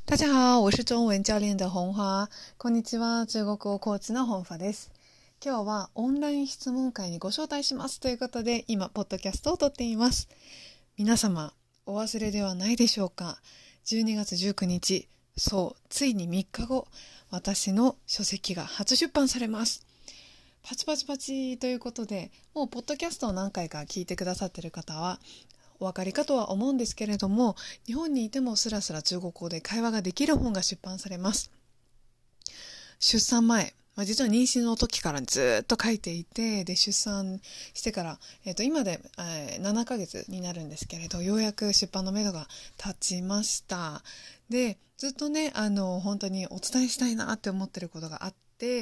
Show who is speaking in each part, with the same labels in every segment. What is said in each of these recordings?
Speaker 1: 大家好，我是中文教練的本華。こんにちは、中国語コーチの本華です。今日はオンライン質問会にご招待しますということで、今ポッドキャストを撮っています。皆様お忘れではないでしょうか。12月19日、そうついに3日後、私の書籍が初出版されます。パチパチパチということで、もうポッドキャストを何回か聞いてくださっている方はお分かりかとは思うんですけれども、日本にいてもスラスラ中国語で会話ができる本が出版されます。出産前、実は妊娠の時からずっと書いていて、で出産してから、今で、7ヶ月になるんですけれど、ようやく出版のめどが立ちました。でずっとね、本当にお伝えしたいなって思ってることがあって、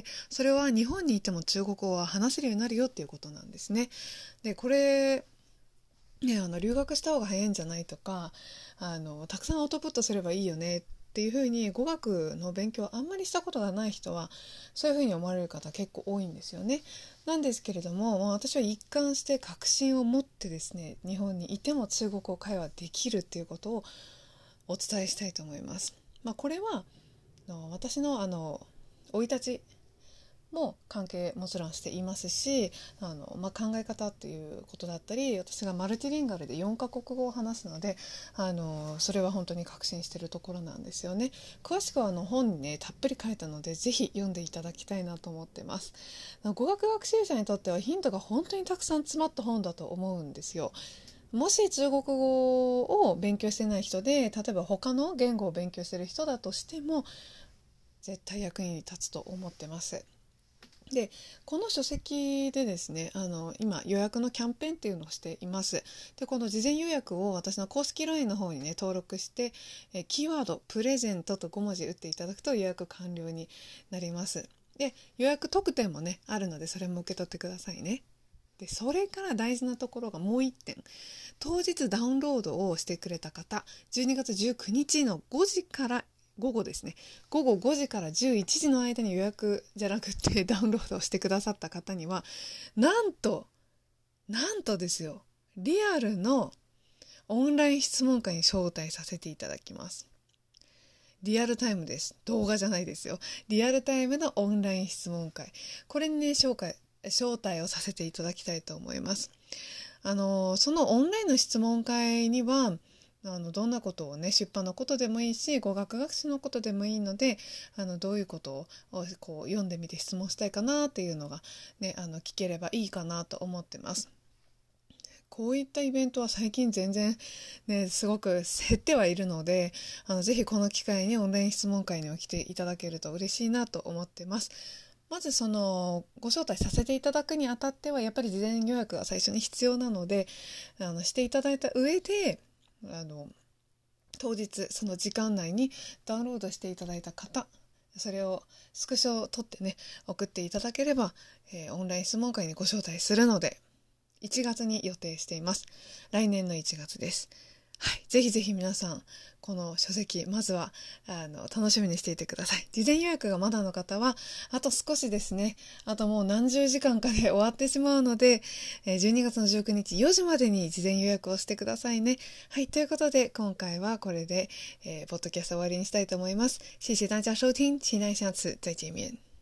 Speaker 1: それは日本にいても中国語は話せるようになるよっていうことなんですね。でこれね、留学した方が早いんじゃないとか、たくさんアウトプットすればいいよねっていうふうに、語学の勉強あんまりしたことがない人はそういうふうに思われる方結構多いんですよね。なんですけれども、私は一貫して確信を持ってですね、日本にいても中国語会話できるっていうことをお伝えしたいと思います。これは私の生い立ちも関係もちろんしていますし、考え方っていうことだったり、私がマルチリンガルで4カ国語を話すので、それは本当に確信しているところなんですよね。詳しくは本にねたっぷり書いたので、ぜひ読んでいただきたいなと思ってます。語学学習者にとってはヒントが本当にたくさん詰まった本だと思うんですよ。もし中国語を勉強してない人で、例えば他の言語を勉強している人だとしても絶対役に立つと思ってます。でこの書籍でですね、今予約のキャンペーンっていうのをしています。でこの事前予約を私の公式 LINE の方にね登録して、キーワードプレゼントと5文字打っていただくと予約完了になります。で予約特典もねあるので、それも受け取ってくださいね。でそれから大事なところがもう1点、当日ダウンロードをしてくれた方、12月19日の5時から午後ですね、午後5時から11時の間に予約じゃなくてダウンロードをしてくださった方には、なんとですよ、リアルのオンライン質問会に招待させていただきます。リアルタイムです。動画じゃないですよ。リアルタイムのオンライン質問会、これにね招待をさせていただきたいと思います。そのオンラインの質問会にはどんなことをね、出版のことでもいいし、語学学習のことでもいいので、どういうことをこう読んでみて質問したいかなっていうのがね、聞ければいいかなと思ってます。こういったイベントは最近全然ねすごく減ってはいるので、ぜひこの機会にオンライン質問会に来ていただけると嬉しいなと思ってます。まずご招待させていただくにあたっては、やっぱり事前予約が最初に必要なので、していただいた上で当日その時間内にダウンロードしていただいた方、それをスクショを取ってね送っていただければ、オンライン質問会にご招待するので、1月に予定しています。来年の1月です。はい、ぜひぜひ皆さんこの書籍まずは楽しみにしていてください。事前予約がまだの方はあと少しですね、あともう何十時間かで終わってしまうので、12月の19日4時までに事前予約をしてくださいね。はい、ということで今回はこれで、ポッドキャスト終わりにしたいと思います。謝謝大家收聽，期待下次再见面。